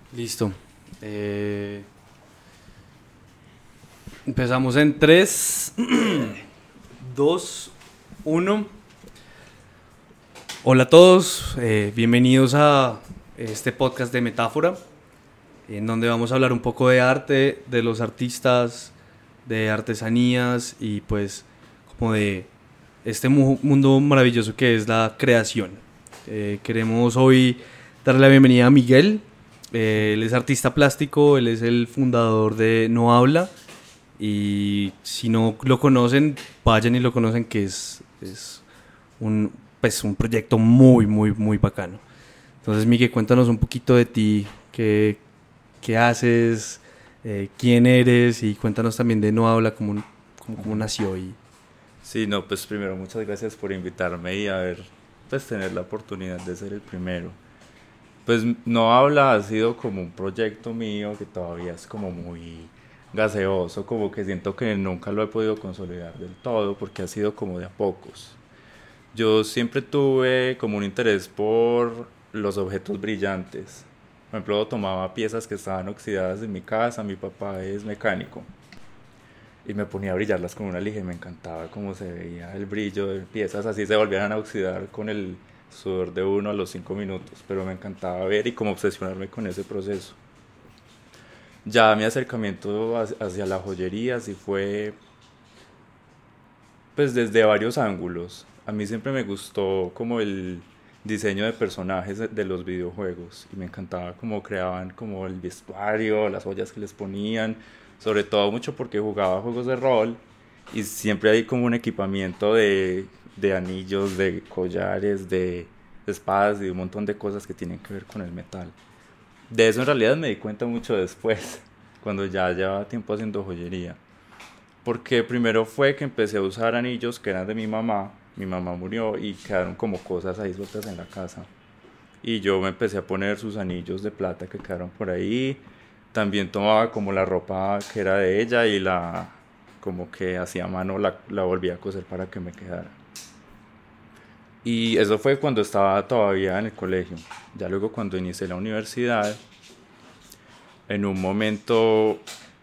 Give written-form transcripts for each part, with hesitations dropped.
Listo. Empezamos en 3, 2, 1. Hola a todos, bienvenidos a este podcast de Metáfora, en donde vamos a hablar un poco de arte, de los artistas, de artesanías y pues como de este mundo maravilloso que es la creación. Queremos hoy darle la bienvenida a Miguel. Él es artista plástico, él es el fundador de No Habla. Y si no lo conocen, vayan y lo conocen, que es un, un proyecto muy bacano. Entonces, Miguel, cuéntanos un poquito de ti, qué haces, quién eres, y cuéntanos también de No Habla, cómo nació. Sí, no, pues primero muchas gracias por invitarme y pues tener la oportunidad de ser el primero. Pues No Habla ha sido como un proyecto mío que todavía es como muy gaseoso, como que siento que nunca lo he podido consolidar del todo porque ha sido como de a pocos. Yo siempre tuve como un interés por los objetos brillantes. Por ejemplo, tomaba piezas que estaban oxidadas en mi casa, mi papá es mecánico y me ponía a brillarlas con una lija y me encantaba cómo se veía el brillo de piezas, así se volvieran a oxidar con el sudor de uno a los 5 minutos, pero me encantaba ver y como obsesionarme con ese proceso. Ya mi acercamiento hacia la joyería sí fue pues desde varios ángulos. A mí siempre me gustó como el diseño de personajes de los videojuegos y me encantaba cómo creaban como el vestuario, las joyas que les ponían, sobre todo mucho porque jugaba juegos de rol y siempre hay como un equipamiento de anillos, de collares, de espadas y un montón de cosas que tienen que ver con el metal. De eso en realidad me di cuenta mucho después, cuando ya llevaba tiempo haciendo joyería. Porque primero fue que empecé a usar anillos que eran de mi mamá murió y quedaron como cosas ahí sueltas en la casa. Y yo me empecé a poner sus anillos de plata que quedaron por ahí. También tomaba como la ropa que era de ella y como que hacía a mano la volvía a coser para que me quedara. Y eso fue cuando estaba todavía en el colegio. Ya luego cuando inicié la universidad, en un momento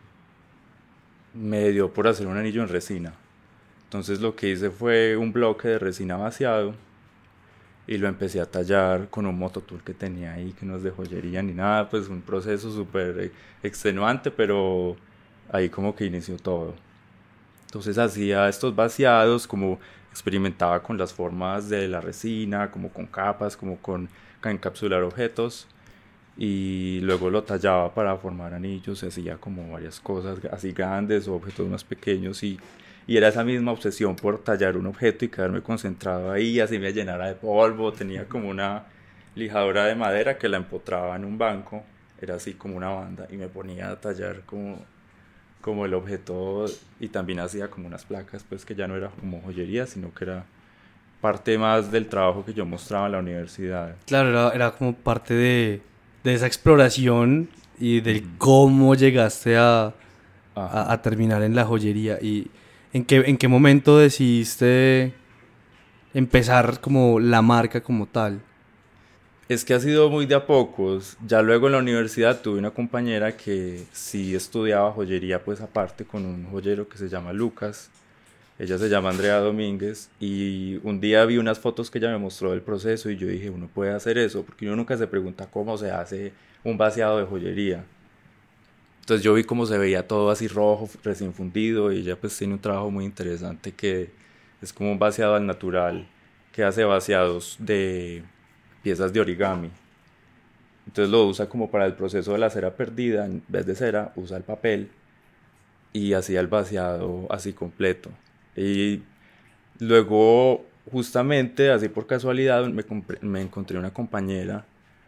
me dio por hacer un anillo en resina. Entonces lo que hice fue un bloque de resina vaciado y lo empecé a tallar con un mototool que tenía ahí, que no es de joyería ni nada, pues un proceso súper extenuante, pero ahí como que inició todo. Entonces hacía estos vaciados, como experimentaba con las formas de la resina, como con capas, como con encapsular objetos y luego lo tallaba para formar anillos, hacía como varias cosas así grandes o objetos más pequeños y era esa misma obsesión por tallar un objeto y quedarme concentrado ahí, así me llenara de polvo, tenía como una lijadora de madera que la empotraba en un banco, era así como una banda y me ponía a tallar como el objeto y también hacía como unas placas pues que ya no era como joyería sino que era parte más del trabajo que yo mostraba en la universidad. Claro, era como parte de esa exploración y del Uh-huh. cómo llegaste Ajá. a terminar en la joyería. ¿Y en qué momento decidiste empezar como la marca como tal? Es que ha sido muy de a pocos. Ya luego en la universidad tuve una compañera que sí estudiaba joyería pues aparte con un joyero que se llama Lucas. Ella se llama Andrea Domínguez y un día vi unas fotos que ella me mostró del proceso y yo dije, uno puede hacer eso porque uno nunca se pregunta cómo se hace un vaciado de joyería. Entonces yo vi cómo se veía todo así rojo, recién fundido y ella pues tiene un trabajo muy interesante que es como un vaciado al natural que hace vaciados de piezas de origami. Entonces lo usa como para el proceso de la cera perdida, en vez de cera usa el papel y hacía el vaciado así completo. Y luego justamente así por casualidad me encontré una compañera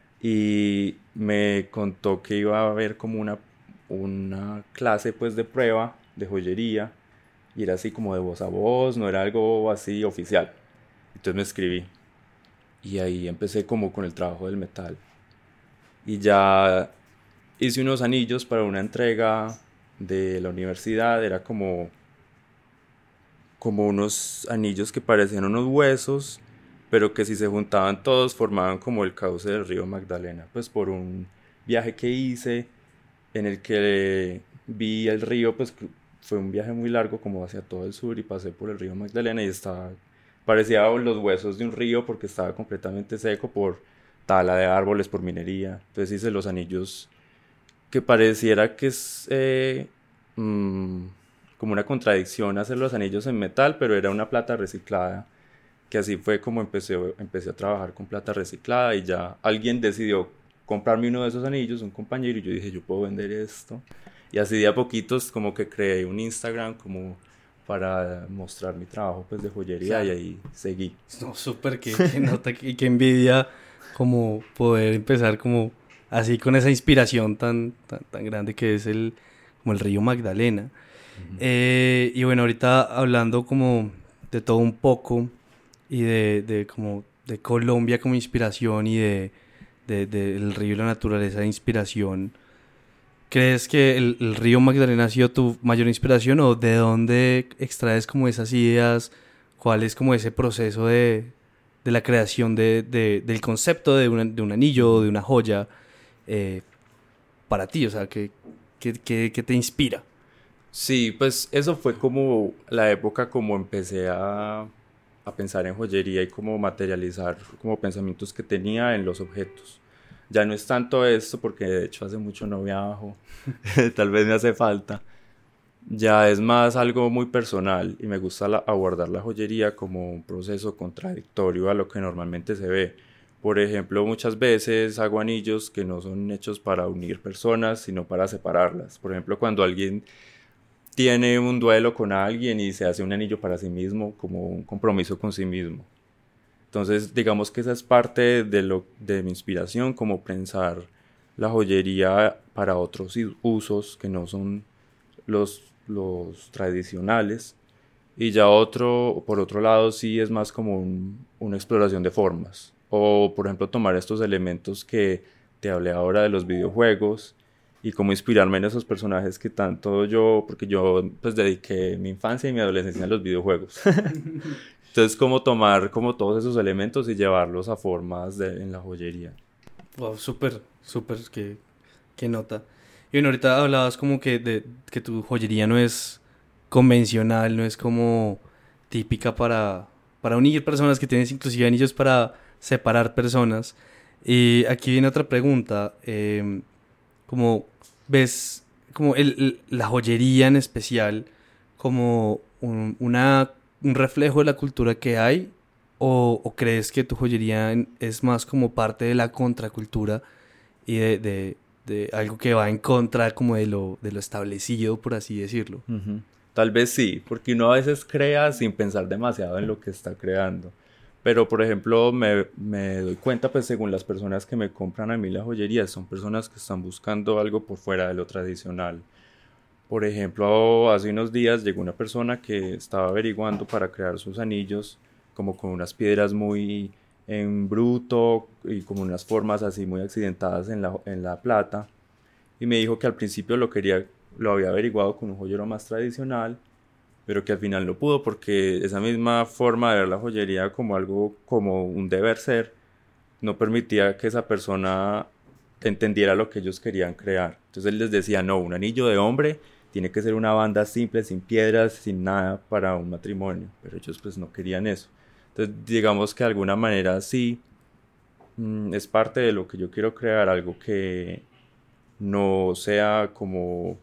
y me contó que iba a haber como una clase pues de prueba de joyería y era así como de voz a voz, no era algo así oficial. Entonces me escribí y ahí empecé como con el trabajo del metal. Y ya hice unos anillos para una entrega de la universidad, era como unos anillos que parecían unos huesos, pero que si se juntaban todos formaban como el cauce del río Magdalena, pues por un viaje que hice en el que vi el río, pues fue un viaje muy largo como hacia todo el sur y pasé por el río Magdalena y parecía los huesos de un río porque estaba completamente seco por tala de árboles, por minería. Entonces hice los anillos que pareciera que es como una contradicción hacer los anillos en metal, pero era una plata reciclada, que así fue como empecé a trabajar con plata reciclada y ya alguien decidió comprarme uno de esos anillos, un compañero, y yo dije, yo puedo vender esto. Y así de a poquitos como que creé un Instagram como para mostrar mi trabajo pues de joyería, claro. Y ahí seguí. No, súper, que nota y que envidia como poder empezar como así con esa inspiración tan grande que es como el río Magdalena. Uh-huh. Y bueno, ahorita hablando como de todo un poco y de como de Colombia como inspiración y del río y la naturaleza de inspiración, ¿crees que el río Magdalena ha sido tu mayor inspiración o de dónde extraes como esas ideas? ¿Cuál es como ese proceso de la creación del concepto de un anillo o de una joya para ti? O sea, ¿qué te inspira? Sí, pues eso fue como la época como empecé a pensar en joyería y como materializar como pensamientos que tenía en los objetos. Ya no es tanto esto porque de hecho hace mucho no viajo, tal vez me hace falta. Ya es más algo muy personal y me gusta abordar la joyería como un proceso contradictorio a lo que normalmente se ve. Por ejemplo, muchas veces hago anillos que no son hechos para unir personas, sino para separarlas. Por ejemplo, cuando alguien tiene un duelo con alguien y se hace un anillo para sí mismo, como un compromiso con sí mismo. Entonces, digamos que esa es parte de mi inspiración, como pensar la joyería para otros usos que no son los tradicionales. Y ya por otro lado, sí es más como una exploración de formas. O, por ejemplo, tomar estos elementos que te hablé ahora de los videojuegos y como inspirarme en esos personajes que tanto porque yo pues dediqué mi infancia y mi adolescencia a los videojuegos. Entonces, como tomar como todos esos elementos y llevarlos a formas en la joyería. Wow, súper, que nota. Y bueno, ahorita hablabas como que que tu joyería no es convencional, no es como típica para unir personas, que tienes inclusive anillos para separar personas. Y aquí viene otra pregunta. Como ves como la joyería en especial como un reflejo de la cultura que hay, o crees que tu joyería es más como parte de la contracultura y de algo que va en contra como de lo establecido, por así decirlo? Uh-huh. Tal vez sí, porque uno a veces crea sin pensar demasiado en lo que está creando. Pero, por ejemplo, me doy cuenta, pues, según las personas que me compran a mí la joyería, son personas que están buscando algo por fuera de lo tradicional. Por ejemplo, hace unos días llegó una persona que estaba averiguando para crear sus anillos, como con unas piedras muy en bruto y como unas formas así muy accidentadas en la plata. Y me dijo que al principio lo había averiguado con un joyero más tradicional, pero que al final no pudo porque esa misma forma de ver la joyería como algo, como un deber ser, no permitía que esa persona entendiera lo que ellos querían crear. Entonces él les decía, no, un anillo de hombre tiene que ser una banda simple, sin piedras, sin nada para un matrimonio, pero ellos pues no querían eso. Entonces digamos que de alguna manera sí es parte de lo que yo quiero crear, algo que no sea como...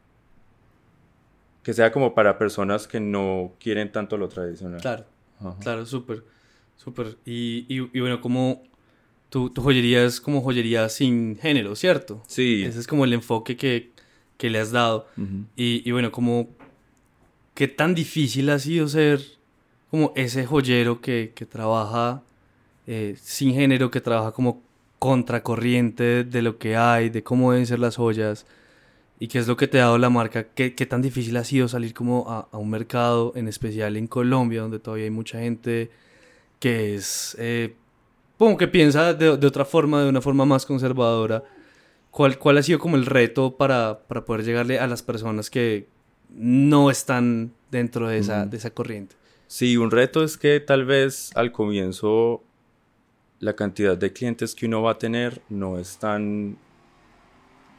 que sea como para personas que no quieren tanto lo tradicional. Claro, claro, súper. Y bueno, como tu joyería es como joyería sin género, ¿cierto? Sí. Ese es como el enfoque que le has dado. Uh-huh. Y bueno, como qué tan difícil ha sido ser como ese joyero que trabaja sin género, que trabaja como contracorriente de lo que hay, de cómo deben ser las joyas. ¿Y qué es lo que te ha dado la marca? ¿Qué tan difícil ha sido salir como a un mercado, en especial en Colombia, donde todavía hay mucha gente que es, como que piensa de otra forma, de una forma más conservadora? ¿Cuál ha sido como el reto para poder llegarle a las personas que no están dentro de esa corriente? Sí, un reto es que tal vez al comienzo la cantidad de clientes que uno va a tener no es tan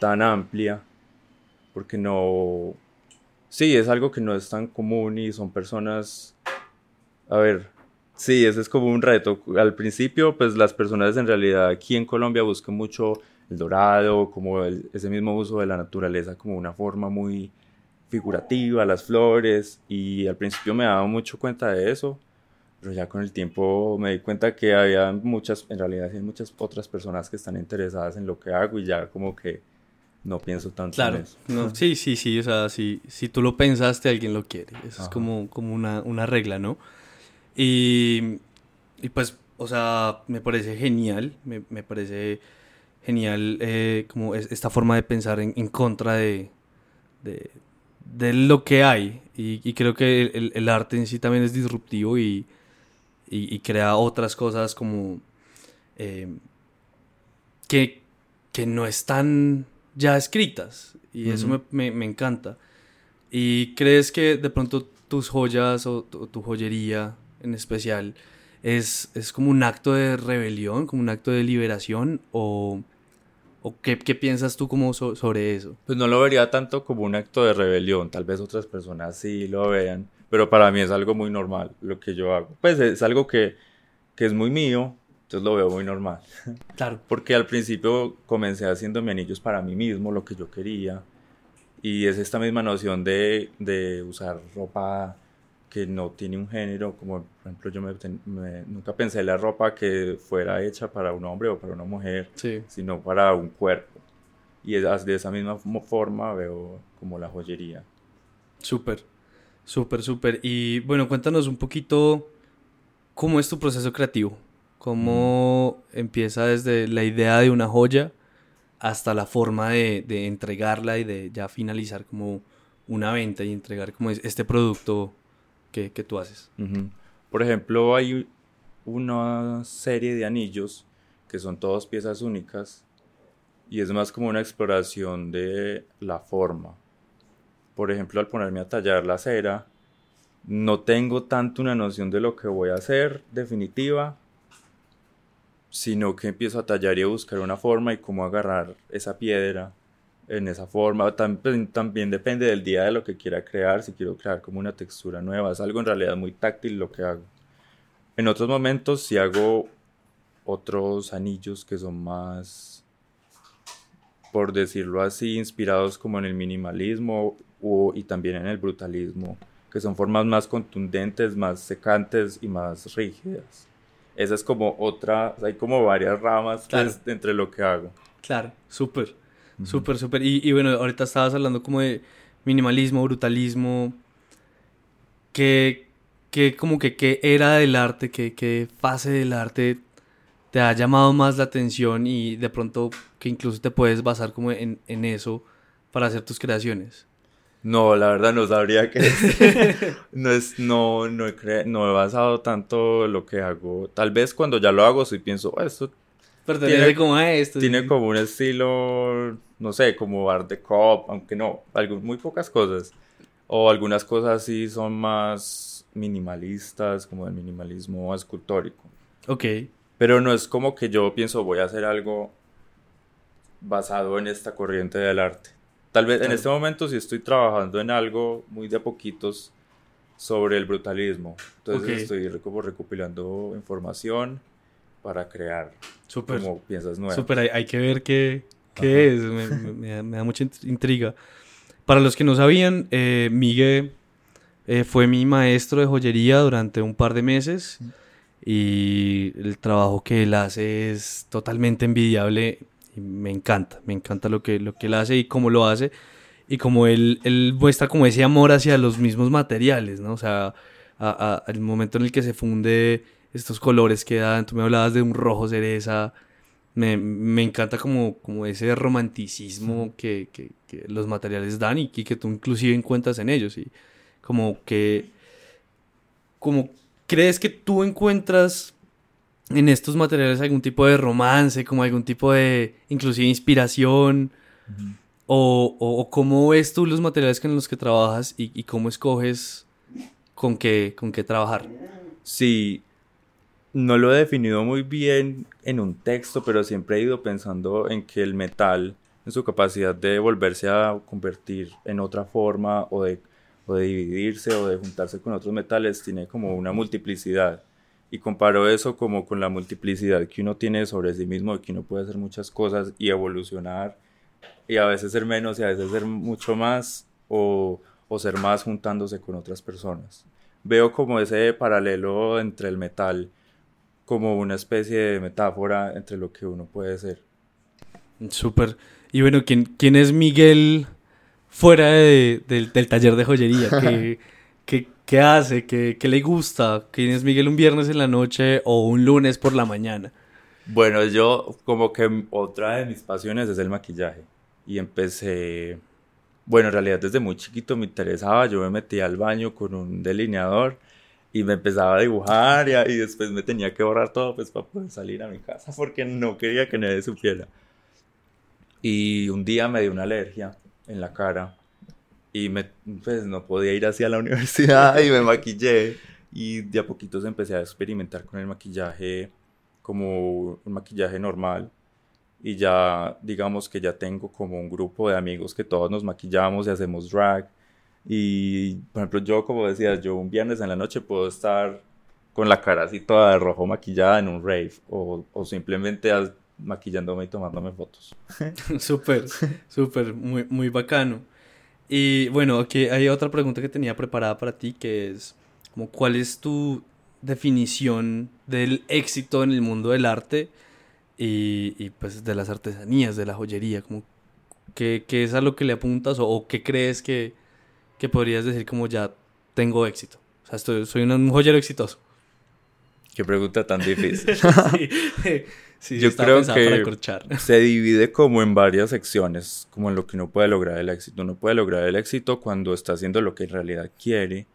tan amplia, porque no, sí, es algo que no es tan común y son personas, a ver, sí, ese es como un reto. Al principio, pues las personas en realidad aquí en Colombia buscan mucho el dorado, como ese mismo uso de la naturaleza como una forma muy figurativa, las flores, y al principio me daba mucho cuenta de eso, pero ya con el tiempo me di cuenta que había muchas, en realidad sí hay muchas otras personas que están interesadas en lo que hago y ya como que no pienso tanto en Claro, eso. no, sí, sí, sí, o sea, si tú lo pensaste, alguien lo quiere. Eso es Ajá. como una regla, ¿no? Y, y pues, o sea, me parece genial, me parece genial como esta forma de pensar en contra de, de lo que hay. Y creo que el arte en sí también es disruptivo y crea otras cosas como eh, que, que no están ya escritas. Y eso Ujú. me encanta. ¿Y crees que de pronto tus joyas o tu joyería en especial es como un acto de rebelión, como un acto de liberación? ¿O qué piensas tú como sobre eso? Pues no lo vería tanto como un acto de rebelión, tal vez otras personas sí lo vean, pero para mí es algo muy normal lo que yo hago. Pues es algo que es muy mío, entonces lo veo muy normal. Claro, Porque al principio comencé haciéndome anillos para mí mismo, lo que yo quería, y es esta misma noción de usar ropa que no tiene un género, como por ejemplo nunca pensé la ropa que fuera hecha para un hombre o para una mujer, sí, sino para un cuerpo. Y de esa misma forma veo como la joyería. súper, súper, súper. Y bueno, cuéntanos un poquito cómo es tu proceso creativo, Ujú. cómo empieza desde la idea de una joya hasta la forma de entregarla y de ya finalizar como una venta y entregar como este producto que tú haces. Ujú. Por ejemplo, hay una serie de anillos que son todas piezas únicas y es más como una exploración de la forma. Por ejemplo, al ponerme a tallar la cera, no tengo tanto una noción de lo que voy a hacer definitiva, sino que empiezo a tallar y a buscar una forma y cómo agarrar esa piedra en esa forma. También depende del día de lo que quiera crear, si quiero crear como una textura nueva. Es algo en realidad muy táctil lo que hago. En otros momentos si hago otros anillos que son más, por decirlo así, inspirados como en el minimalismo y también en el brutalismo, que son formas más contundentes, más secantes y más rígidas. Esa es como otra, hay como varias ramas Claro, pues entre lo que hago. claro, súper, Ujú. súper, súper. Y bueno, ahorita estabas hablando como de minimalismo, brutalismo, que, como que qué era del arte, qué fase del arte te ha llamado más la atención y de pronto que incluso te puedes basar como en eso para hacer tus creaciones. No, la verdad no sabría qué decir. No he basado tanto lo que hago. Tal vez cuando ya lo hago sí pienso, "Oh, esto Pertenece tiene, como a esto, sí, tiene sí. como un estilo, no sé, como Art Deco, aunque no, muy pocas cosas. O algunas cosas sí son más minimalistas, como el minimalismo escultórico. Ok, Pero no es como que yo pienso voy a hacer algo basado en esta corriente del arte. Tal vez en claro, este momento sí estoy trabajando en algo muy de a poquitos sobre el brutalismo. ok, Entonces estoy como recopilando información para crear súper, como piezas súper, nuevas. hay que ver Ajá. qué es, me da mucha intriga. Para los que no sabían, Miguel fue mi maestro de joyería durante un par de meses y el trabajo que él hace es totalmente envidiable y me encanta lo que él hace y cómo lo hace y como él muestra como ese amor hacia los mismos materiales, ¿no? O sea, al momento en el que se funde estos colores que dan, tú me hablabas de un rojo cereza, me encanta como ese romanticismo que los materiales dan y que tú inclusive encuentras en ellos y como que como crees que tú encuentras en estos materiales algún tipo de romance, como algún tipo de inclusive inspiración Ujú. o cómo ves tú los materiales con los que trabajas y cómo escoges con qué trabajar. Sí, no lo he definido muy bien en un texto, pero siempre he ido pensando en que el metal en su capacidad de volverse a convertir en otra forma o de dividirse o de juntarse con otros metales, tiene como una multiplicidad. Y comparo eso como con la multiplicidad que uno tiene sobre sí mismo, de que uno puede hacer muchas cosas y evolucionar, y a veces ser menos y a veces ser mucho más, o ser más juntándose con otras personas. Veo como ese paralelo entre el metal, como una especie de metáfora entre lo que uno puede ser. Súper. Y bueno, ¿quién es Miguel fuera del taller de joyería? ¿Qué hace? ¿Qué le gusta? ¿Quién es Miguel un viernes en la noche o un lunes por la mañana? Bueno, yo como que otra de mis pasiones es el maquillaje. Y empecé, bueno, en realidad desde muy chiquito me interesaba. Yo me metía al baño con un delineador y me empezaba a dibujar y después me tenía que borrar todo pues para poder salir a mi casa porque no quería que nadie supiera. Y un día me dio una alergia en la cara y pues no podía ir hacia la universidad y me maquillé. Y de a poquitos empecé a experimentar con el maquillaje como un maquillaje normal. Y ya digamos que ya tengo como un grupo de amigos que todos nos maquillamos y hacemos drag. Y por ejemplo yo, como decía, yo un viernes en la noche puedo estar con la cara así toda de rojo maquillada en un rave o simplemente maquillándome y tomándome fotos. Súper, súper, muy bacano. Y bueno, aquí hay otra pregunta que tenía preparada para ti, que es como, ¿cuál es tu definición del éxito en el mundo del arte y pues de las artesanías, de la joyería? Como, ¿qué es a lo que le apuntas o qué crees que podrías decir como ya tengo éxito? O sea, soy un joyero exitoso. Qué pregunta tan difícil. Sí, sí, Yo estaba creo pensada para que corchar. se divide como en varias secciones, como en lo que uno puede lograr el éxito. Uno puede lograr el éxito cuando está haciendo lo que en realidad quiere,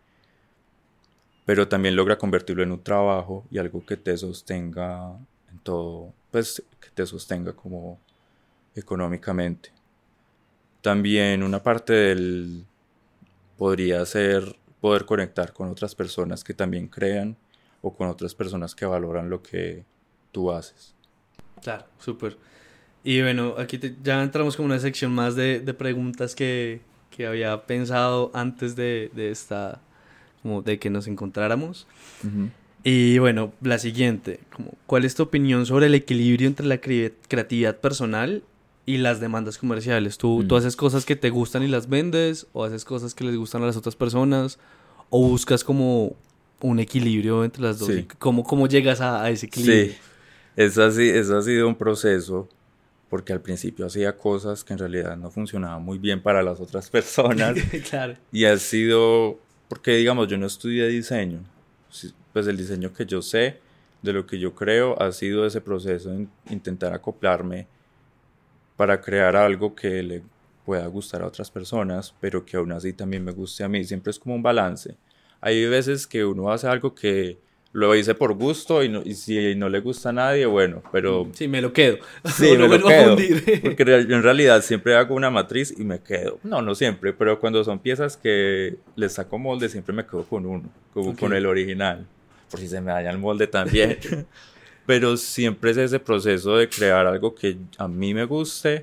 pero también logra convertirlo en un trabajo y algo que te sostenga en todo, pues que te sostenga como económicamente. También una parte del podría ser poder conectar con otras personas que también crean o con otras personas que valoran lo que tú haces. Claro, súper. Y bueno, aquí ya entramos como una sección más de preguntas que había pensado antes de esta, como de que nos encontráramos. Uh-huh. Y bueno, la siguiente, como, ¿cuál es tu opinión sobre el equilibrio entre la creatividad personal y las demandas comerciales? ¿Tú haces cosas que te gustan y las vendes? ¿O haces cosas que les gustan a las otras personas? ¿O buscas como un equilibrio entre las dos? Sí. ¿Cómo llegas a ese equilibrio? Sí, eso ha sido un proceso porque al principio hacía cosas que en realidad no funcionaban muy bien para las otras personas. Claro. Y ha sido porque, digamos, yo no estudié diseño. Pues el diseño que yo sé, de lo que yo creo, ha sido ese proceso de intentar acoplarme para crear algo que le pueda gustar a otras personas, pero que aún así también me guste a mí. Siempre es como un balance. Hay veces que uno hace algo que lo hice por gusto y si no le gusta a nadie, bueno, pero... Sí, me lo quedo. Sí, O lo me lo vuelvo a quedo. fundir. Porque yo en realidad siempre hago una matriz y me quedo. No, no siempre, pero cuando son piezas que les saco molde, siempre me quedo con uno, como Ok. con el original. Por si se me daña el molde también. Pero siempre es ese proceso de crear algo que a mí me guste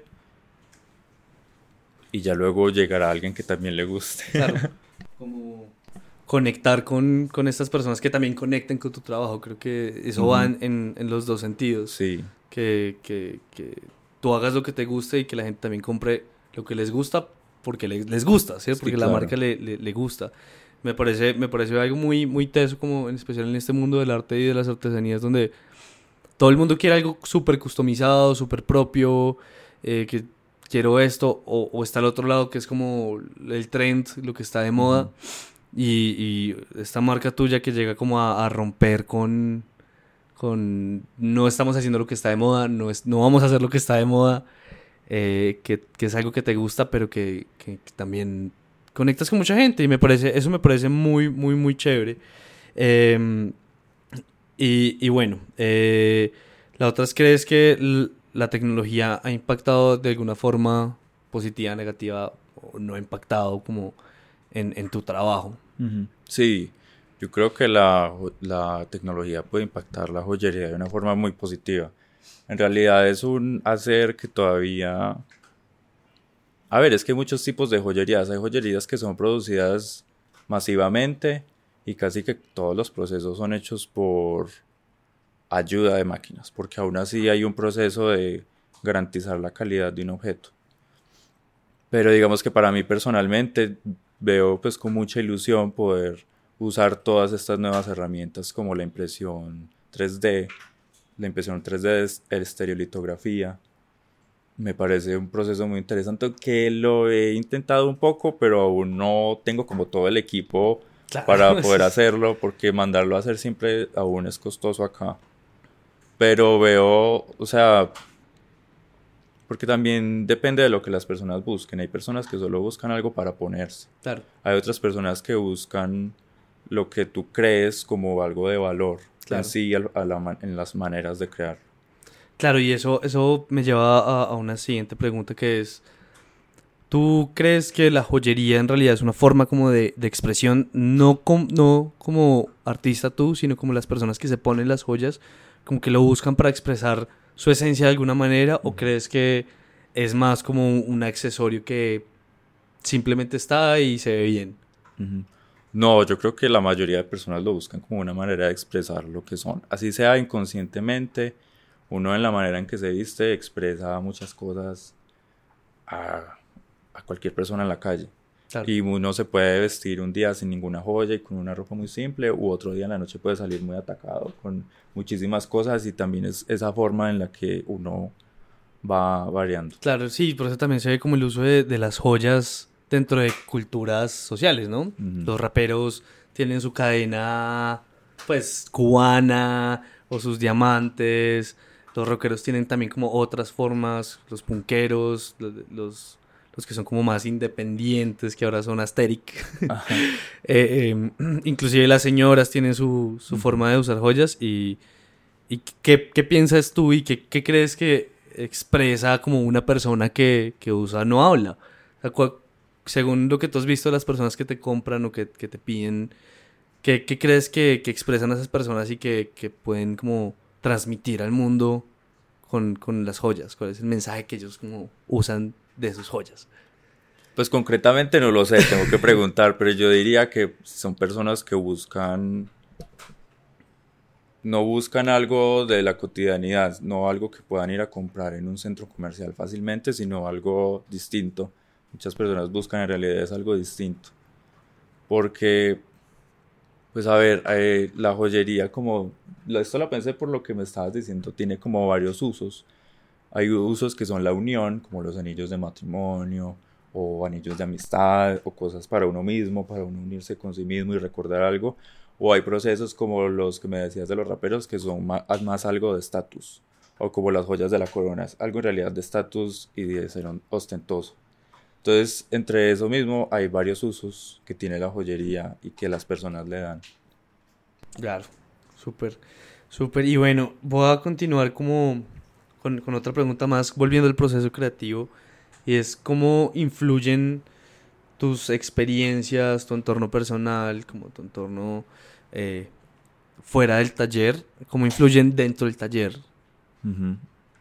y ya luego llegará alguien que también le guste. Claro. Como conectar con estas personas que también conecten con tu trabajo. Creo que eso va en los dos sentidos. Sí, Que tú hagas lo que te guste y que la gente también compre lo que les gusta porque les gusta, ¿sí? sí, Porque claro. la marca le gusta. Me parece algo muy teso, como en especial en este mundo del arte y de las artesanías, donde todo el mundo quiere algo súper customizado, súper propio, que quiero esto, o está al otro lado que es como el trend, lo que está de moda, y esta marca tuya que llega como a romper con no estamos haciendo lo que está de moda, no vamos a hacer lo que está de moda, que es algo que te gusta, pero que también conectas con mucha gente, y eso me parece muy chévere. Y bueno, la otra es, ¿crees que la tecnología ha impactado de alguna forma positiva, negativa, o no ha impactado como en tu trabajo? Sí, yo creo que la tecnología puede impactar la joyería de una forma muy positiva. En realidad es un hacer que todavía A ver, es que hay muchos tipos de joyerías. Hay joyerías que son producidas masivamente y casi que todos los procesos son hechos por ayuda de máquinas, porque aún así hay un proceso de garantizar la calidad de un objeto. Pero digamos que para mí personalmente veo pues con mucha ilusión poder usar todas estas nuevas herramientas como la impresión 3D, la impresión 3D es estereolitografía. Me parece un proceso muy interesante que lo he intentado un poco, pero aún no tengo como todo el equipo Claro. para poder hacerlo, porque mandarlo a hacer siempre aún es costoso acá. Pero veo, o sea, porque también depende de lo que las personas busquen. Hay personas que solo buscan algo para ponerse. Claro. Hay otras personas que buscan lo que tú crees como algo de valor en Claro. sí, en las maneras de crear. Claro, y eso me lleva a una siguiente pregunta que es, ¿tú crees que la joyería en realidad es una forma como de expresión, no como artista tú, sino como las personas que se ponen las joyas, como que lo buscan para expresar su esencia de alguna manera, o crees que es más como un accesorio que simplemente está y se ve bien? Ujú. No, yo creo que la mayoría de personas lo buscan como una manera de expresar lo que son. Así sea inconscientemente, uno en la manera en que se viste expresa muchas cosas a, a cualquier persona en la calle. Claro. Y uno se puede vestir un día sin ninguna joya y con una ropa muy simple, u otro día en la noche puede salir muy atacado con muchísimas cosas y también es esa forma en la que uno va variando. Claro, sí, por eso también se ve como el uso de las joyas dentro de culturas sociales, ¿no? Ujú. Los raperos tienen su cadena, pues, cubana o sus diamantes. Los rockeros tienen también como otras formas. Los punqueros, los que son como más independientes, que ahora son asteric. Ajá. Inclusive las señoras tienen su forma de usar joyas. ¿Y qué piensas tú y qué crees que expresa como una persona que usa no habla? O sea, según lo que tú has visto de las personas que te compran o que te piden, ¿qué crees que expresan esas personas y que pueden como transmitir al mundo con las joyas? ¿Cuál es el mensaje que ellos como usan de sus joyas? Pues concretamente no lo sé, tengo que preguntar, pero yo diría que son personas que no buscan algo de la cotidianidad, no algo que puedan ir a comprar en un centro comercial fácilmente, sino algo distinto. Muchas personas buscan en realidad es algo distinto, porque, pues a ver, la joyería como, esto lo pensé por lo que me estabas diciendo, tiene como varios usos. Hay usos que son la unión, como los anillos de matrimonio, o anillos de amistad, o cosas para uno mismo, para uno unirse con sí mismo y recordar algo. O hay procesos como los que me decías de los raperos, que son más algo de estatus. O como las joyas de la corona, es algo en realidad de estatus y de ser ostentoso. Entonces, entre eso mismo hay varios usos que tiene la joyería y que las personas le dan. Claro, súper, súper. Y bueno, voy a continuar como con otra pregunta más, volviendo al proceso creativo, y es cómo influyen tus experiencias, tu entorno personal, como tu entorno eh, fuera del taller, cómo influyen dentro del taller. Ujú.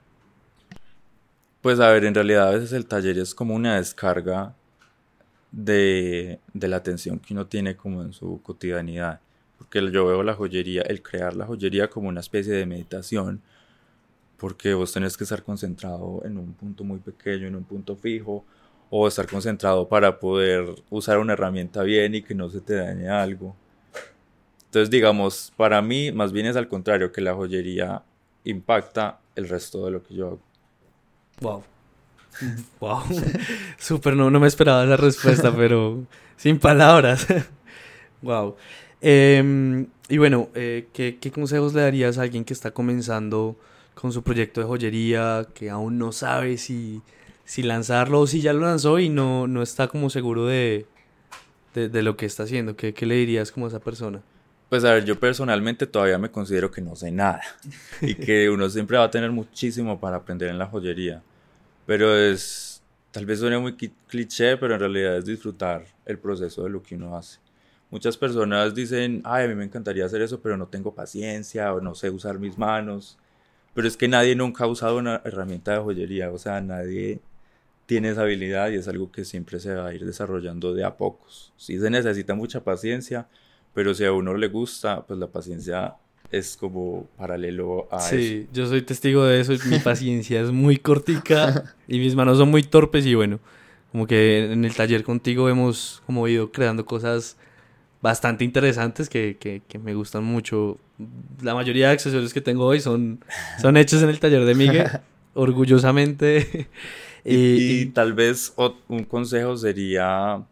Pues a ver, en realidad a veces el taller es como una descarga de la atención que uno tiene como en su cotidianidad. Porque yo veo la joyería, el crear la joyería como una especie de meditación, porque vos tenés que estar concentrado en un punto muy pequeño, en un punto fijo, o estar concentrado para poder usar una herramienta bien y que no se te dañe algo. Entonces, digamos, para mí más bien es al contrario, que la joyería impacta el resto de lo que yo hago. Wow, wow, súper, no me esperaba esa respuesta, pero sin palabras. Wow. Y bueno, ¿qué consejos le darías a alguien que está comenzando con su proyecto de joyería, que aún no sabe si lanzarlo o si ya lo lanzó y no está como seguro de lo que está haciendo? ¿Qué le dirías como a esa persona? Pues a ver, yo personalmente todavía me considero que no sé nada y que uno siempre va a tener muchísimo para aprender en la joyería, pero tal vez suene muy cliché, pero en realidad es disfrutar el proceso de lo que uno hace. Muchas personas dicen, ay, a mí me encantaría hacer eso, pero no tengo paciencia o no sé usar mis manos, pero es que nadie nunca ha usado una herramienta de joyería, o sea, nadie tiene esa habilidad y es algo que siempre se va a ir desarrollando de a pocos. Sí se necesita mucha paciencia, pero si a uno le gusta, pues la paciencia es como paralelo a eso. Sí, yo soy testigo de eso. Mi paciencia es muy cortica y mis manos son muy torpes. Y bueno, como que en el taller contigo hemos como ido creando cosas bastante interesantes que me gustan mucho. La mayoría de accesorios que tengo hoy son hechos en el taller de Miguel, orgullosamente. Y tal vez un consejo sería...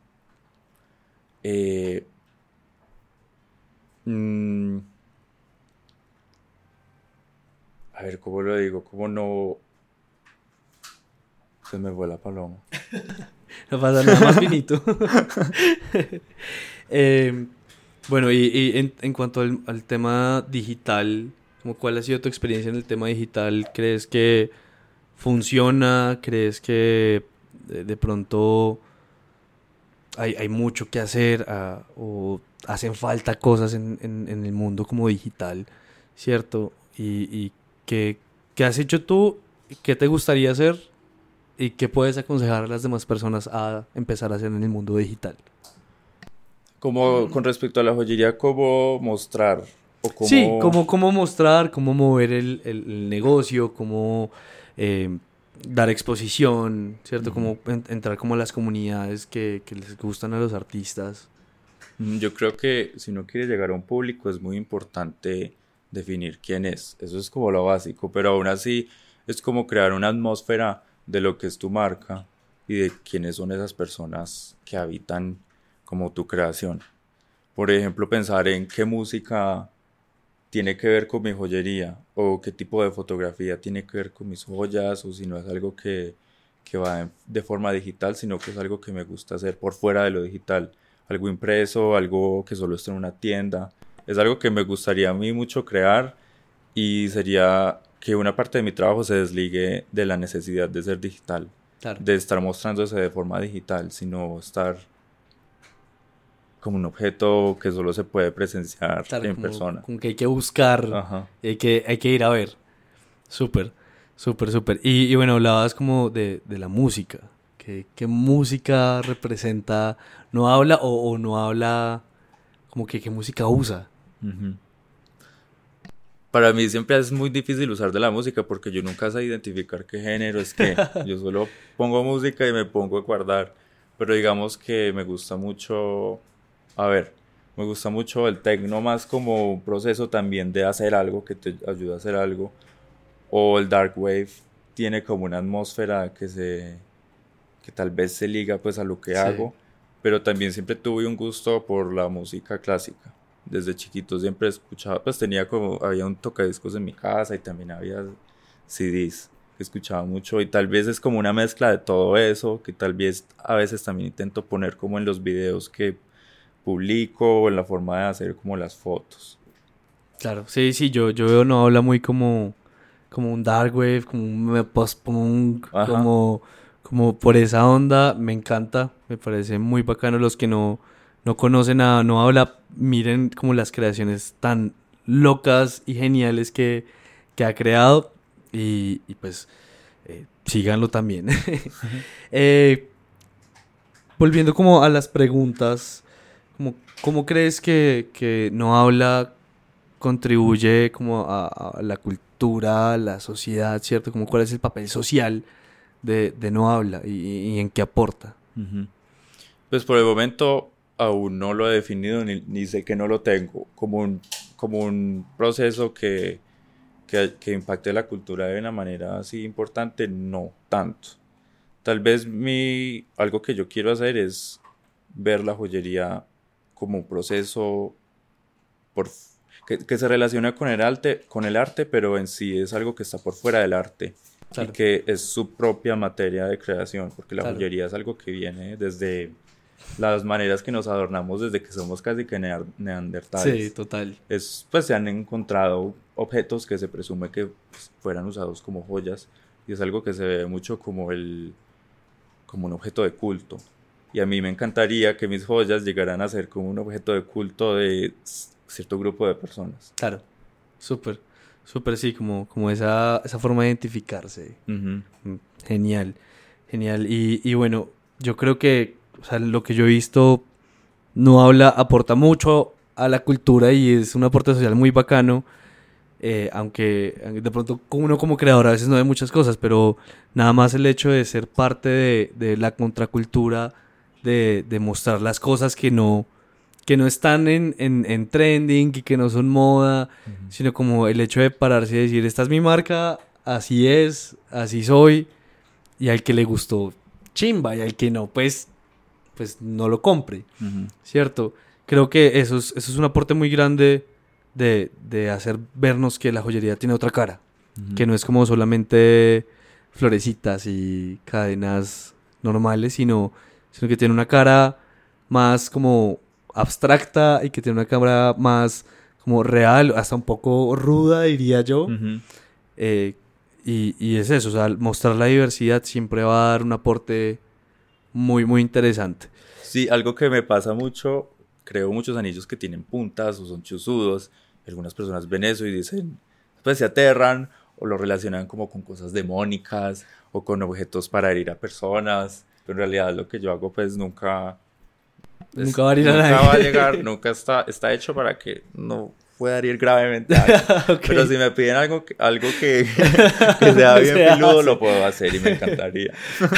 eh, mm, a ver, ¿cómo lo digo? ¿Cómo no...? Se me fue la paloma. No pasa nada, más finito. Eh, bueno, y en cuanto al tema digital, como ¿cuál ha sido tu experiencia en el tema digital? ¿Crees que funciona? ¿Crees que de pronto hay mucho que hacer o hacen falta cosas en el mundo como digital, ¿cierto? Y ¿qué has hecho tú? ¿Qué te gustaría hacer? ¿Y qué puedes aconsejar a las demás personas a empezar a hacer en el mundo digital? Como con respecto a la joyería, ¿cómo mostrar? O Sí, cómo... cómo mostrar, cómo mover el negocio, cómo dar exposición, ¿cierto? Ujú. Cómo entrar como a las comunidades que les gustan a los artistas. Yo creo que si uno quiere llegar a un público es muy importante definir quién es. Eso es como lo básico, pero aún así es como crear una atmósfera de lo que es tu marca y de quiénes son esas personas que habitan como tu creación. Por ejemplo, pensar en qué música tiene que ver con mi joyería o qué tipo de fotografía tiene que ver con mis joyas o si no es algo que va de forma digital, sino que es algo que me gusta hacer por fuera de lo digital, algo impreso, algo que solo esté en una tienda. Es algo que me gustaría a mí mucho crear y sería que una parte de mi trabajo se desligue de la necesidad de ser digital, Claro, de estar mostrándose de forma digital, sino estar como un objeto que solo se puede presenciar claro, en persona. como que hay que buscar, Ajá. hay que ir a ver. Súper, súper. Y bueno, hablabas como de la música. ¿Qué música representa? ¿No habla o no habla? Como que qué música usa. Ujú. Para mí siempre es muy difícil usar de la música porque yo nunca sé identificar qué género es qué. Yo solo pongo música y me pongo a guardar. Pero digamos que me gusta mucho, a ver, me gusta mucho el techno más como un proceso también de hacer algo que te ayuda a hacer algo. O el dark wave tiene como una atmósfera que tal vez se liga pues a lo que Sí. hago, pero también siempre tuve un gusto por la música clásica. Desde chiquito siempre escuchaba, pues tenía como, había un tocadiscos en mi casa y también había CDs que escuchaba mucho y tal vez es como una mezcla de todo eso, que tal vez a veces también intento poner como en los videos que publico o en la forma de hacer como las fotos. Claro, sí, yo veo no habla muy como un dark wave, como un post-punk, Ajá. como por esa onda, me encanta, me parece muy bacano. Los que no conocen a No Habla, miren como las creaciones tan locas y geniales que ha creado y pues síganlo también. Eh, volviendo como a las preguntas, ¿cómo crees que No Habla contribuye como a la cultura, a la sociedad, ¿cierto? Como cuál es el papel social de No Habla y en qué aporta. Ujú. Pues por el momento aún no lo he definido ni sé que no lo tengo como un proceso que impacte la cultura de una manera así importante, no tanto. Tal vez algo que yo quiero hacer es ver la joyería como un proceso por, que se relaciona con el arte, pero en sí es algo que está por fuera del arte y Claro, que es su propia materia de creación, porque la claro. joyería es algo que viene desde las maneras que nos adornamos desde que somos casi que Sí, neandertales. total. Pues se han encontrado objetos que se presume que pues, fueran usados como joyas y es algo que se ve mucho como un objeto de culto. Y a mí me encantaría que mis joyas llegaran a ser como un objeto de culto de cierto grupo de personas. Claro. Súper. Súper, sí, como esa forma de identificarse. Ujú. Mm, genial. Genial. Y bueno, yo creo que, o sea, lo que yo he visto aporta mucho a la cultura y es un aporte social muy bacano. Aunque de pronto uno como creador a veces no ve muchas cosas, pero nada más el hecho de ser parte de la contracultura, de mostrar las cosas que no están en trending y que no son moda, sino como el hecho de pararse y decir, esta es mi marca, así es, así soy, y al que le gustó, chimba, y al que no, pues no lo compre, Ujú. ¿cierto? Creo que eso es un aporte muy grande de hacer vernos que la joyería tiene otra cara, que no es como solamente florecitas y cadenas normales, sino que tiene una cara más como abstracta y que tiene una cara más como real, hasta un poco ruda, diría yo. Ujú. Eh, y es eso, o sea, mostrar la diversidad siempre va a dar un aporte muy, muy interesante. Sí, algo que me pasa mucho, creo muchos anillos que tienen puntas o son chuzudos. Algunas personas ven eso y dicen, pues se aterran o lo relacionan como con cosas demónicas o con objetos para herir a personas. Pero en realidad lo que yo hago pues nunca, Nunca va a ir a nunca va a llegar, nadie. nunca está hecho para que no pueda herir gravemente a alguien. Ok. Pero si me piden algo que, que sea bien Se filudo, hace. lo puedo hacer y me encantaría.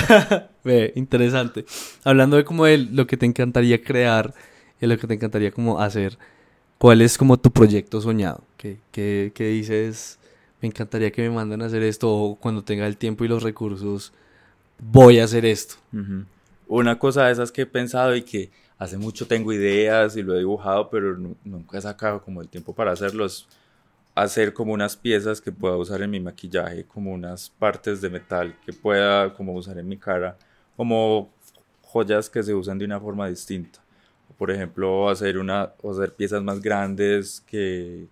Ve, interesante. Hablando de como de lo que te encantaría crear y lo que te encantaría como hacer, ¿cuál es como tu proyecto soñado? ¿Qué dices? Me encantaría que me manden a hacer esto o cuando tenga el tiempo y los recursos, voy a hacer esto. Ujú. Una cosa de esas que he pensado y que hace mucho tengo ideas y lo he dibujado, pero nunca he sacado como el tiempo para hacerlo, es hacer como unas piezas que pueda usar en mi maquillaje, como unas partes de metal que pueda como usar en mi cara, como joyas que se usan de una forma distinta. Por ejemplo, o hacer piezas más grandes que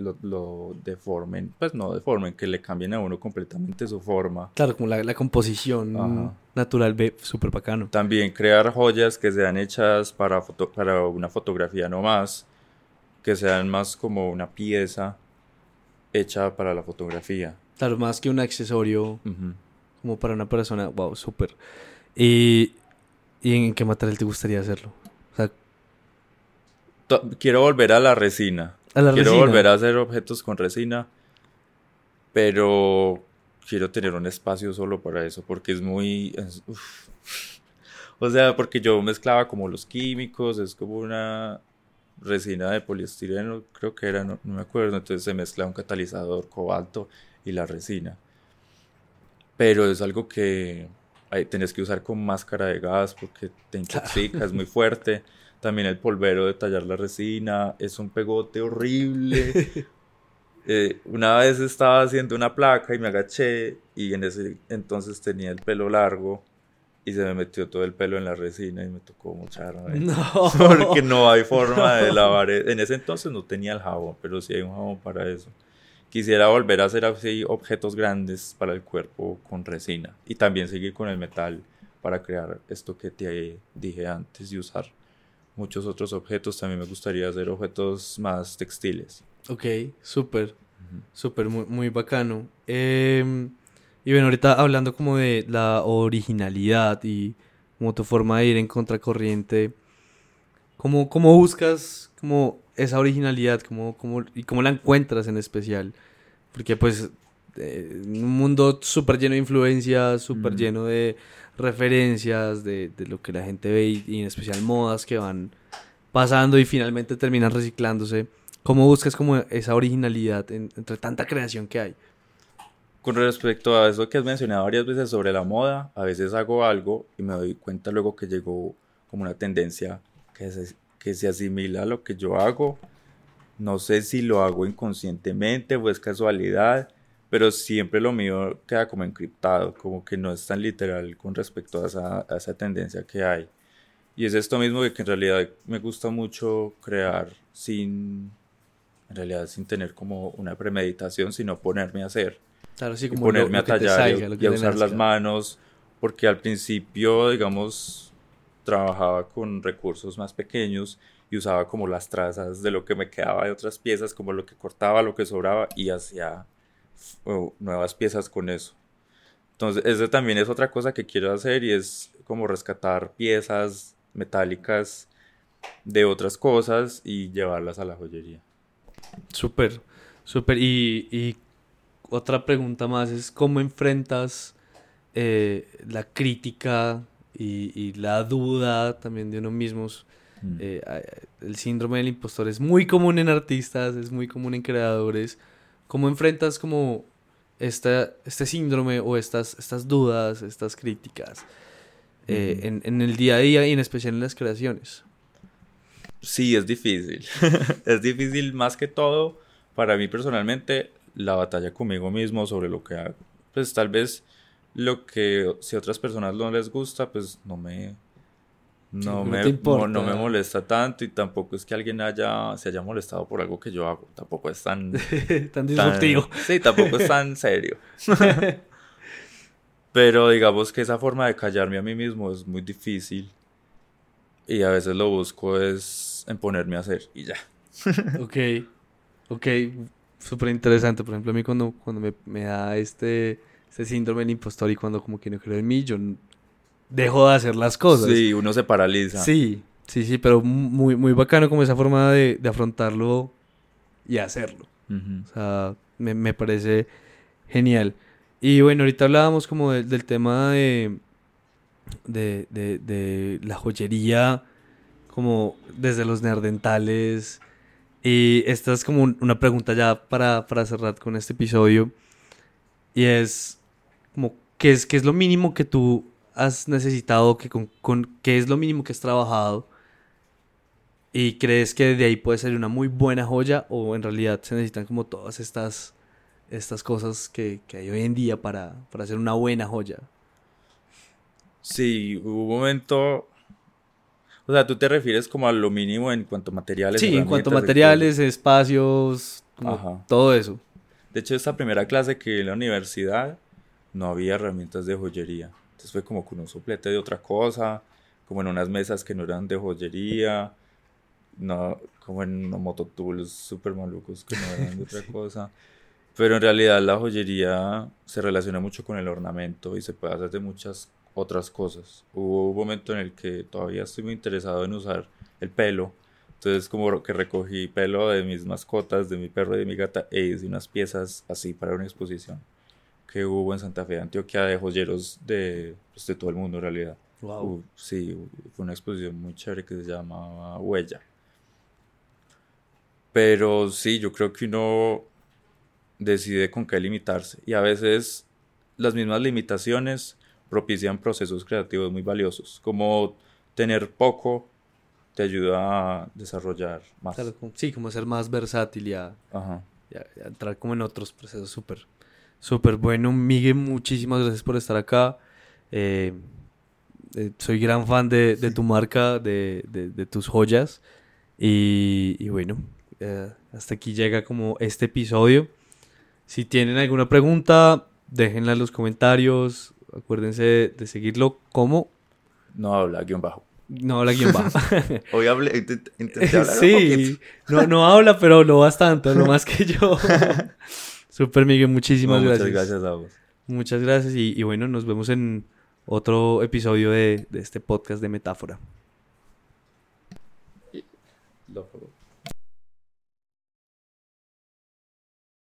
lo deformen, pues no deformen, que le cambien a uno completamente su forma. Claro, como la composición Ajá. natural, ve, súper bacano. También crear joyas que sean hechas para una fotografía no más, que sean más como una pieza hecha para la fotografía. Claro, más que un accesorio Ujú. como para una persona, wow, súper. ¿Y, ¿Y en qué material te gustaría hacerlo? O sea, Quiero volver a la resina. a la Quiero volver resina. a hacer objetos con resina, pero quiero tener un espacio solo para eso, porque uf. O sea, porque yo mezclaba como los químicos, es como una resina de poliestireno, creo que era, no me acuerdo, entonces se mezcla un catalizador, cobalto y la resina. Pero es algo que tenés que usar con máscara de gas porque te intoxica, es muy fuerte. También el polvero de tallar la resina es un pegote horrible. Una vez estaba haciendo una placa y me agaché y en ese entonces tenía el pelo largo y se me metió todo el pelo en la resina y me tocó mocharme. Porque No, no hay forma de no. lavar. En ese entonces no tenía el jabón, pero sí hay un jabón para eso. Quisiera volver a hacer así objetos grandes para el cuerpo con resina y también seguir con el metal para crear esto que te dije antes y usar muchos otros objetos. También me gustaría hacer objetos más textiles. Ok, súper, súper, muy, muy bacano. Y bueno, ahorita hablando como de la originalidad y como tu forma de ir en contracorriente, ¿cómo buscas como esa originalidad? ¿Y cómo la encuentras en especial? Porque pues en un mundo súper lleno de influencias, súper Ujú. lleno de referencias, de lo que la gente ve y en especial modas que van pasando y finalmente terminan reciclándose. ¿Cómo buscas como esa originalidad entre tanta creación que hay? Con respecto a eso que has mencionado varias veces sobre la moda, a veces hago algo y me doy cuenta luego que llegó como una tendencia que se asimila a lo que yo hago. No sé si lo hago inconscientemente o es casualidad, pero siempre lo mío queda como encriptado, como que no es tan literal con respecto a esa tendencia que hay. Y es esto mismo de que en realidad me gusta mucho crear en realidad sin tener como una premeditación, sino ponerme a hacer Claro, sí, y como ponerme lo a que te tallar salga, lo y que a te usar las nazca. manos, porque al principio, digamos, trabajaba con recursos más pequeños y usaba como las trazas de lo que me quedaba de otras piezas, como lo que cortaba, lo que sobraba y hacía nuevas piezas con eso. Entonces, ese también es otra cosa que quiero hacer y es como rescatar piezas metálicas de otras cosas y llevarlas a la joyería. Súper, súper. Y otra pregunta más es, ¿cómo enfrentas la crítica y la duda también de uno mismo? El síndrome del impostor es muy común en artistas, es muy común en creadores. ¿Cómo enfrentas como este síndrome o estas dudas, estas críticas en el día a día y en especial en las creaciones? Sí, es difícil. Es difícil más que todo para mí personalmente la batalla conmigo mismo sobre lo que hago. Pues tal vez lo que si a otras personas no les gusta, pues No te importa. no me molesta tanto y tampoco es que alguien se haya molestado por algo que yo hago. Tampoco es Tan disruptivo. Sí, tampoco es tan serio. Pero digamos que esa forma de callarme a mí mismo es muy difícil y a veces lo busco es en ponerme a hacer y ya. Ok, súper interesante. Por ejemplo, a mí cuando me da este síndrome del impostor y cuando como que no creo en mí, yo dejo de hacer las cosas. Sí, uno se paraliza. Sí, pero muy, muy bacano como esa forma de afrontarlo y hacerlo. Uh-huh. O sea, me parece genial. Y bueno, ahorita hablábamos como del tema de la joyería, como desde los neandertales. Y esta es como una pregunta ya para cerrar con este episodio. Y es como, ¿qué es lo mínimo que tú has necesitado? ¿Qué es lo mínimo que has trabajado? ¿Y crees que de ahí puede salir una muy buena joya? ¿O en realidad se necesitan como todas estas cosas que hay hoy en día para hacer una buena joya? Sí, hubo un momento. O sea, tú te refieres como a lo mínimo en cuanto a materiales, Sí, en cuanto a herramientas, materiales, espacios, como Ajá. todo eso. De hecho, esta primera clase que vi en la universidad no había herramientas de joyería. Entonces fue como con un soplete de otra cosa, como en unas mesas que no eran de joyería, no, como en unos mototools súper malucos que no eran de otra Sí. cosa. Pero en realidad la joyería se relaciona mucho con el ornamento y se puede hacer de muchas otras cosas. Hubo un momento en el que todavía estoy muy interesado en usar el pelo. Entonces como que recogí pelo de mis mascotas, de mi perro y de mi gata e hice unas piezas así para una exposición que hubo en Santa Fe de Antioquia de joyeros pues, de todo el mundo en realidad. Wow. Sí, fue una exposición muy chévere que se llamaba Huella. Pero sí, yo creo que uno decide con qué limitarse. Y a veces las mismas limitaciones propician procesos creativos muy valiosos. Como tener poco te ayuda a desarrollar más. Claro, sí, como ser más versátil Ajá. y a entrar como en otros procesos súper bueno. Miguel, muchísimas gracias por estar acá. Soy gran fan de tu marca, de tus joyas. Y bueno, hasta aquí llega como este episodio. Si tienen alguna pregunta, déjenla en los comentarios. Acuérdense de seguirlo como No habla, guión bajo. no habla guión bajo. Hoy intenté hablar un Sí, poquito. no habla, pero habló bastante, lo más que yo. Súper, Miguel, muchísimas No, gracias. muchas gracias a vos. Muchas gracias y bueno, nos vemos en otro episodio de este podcast de Metáfora.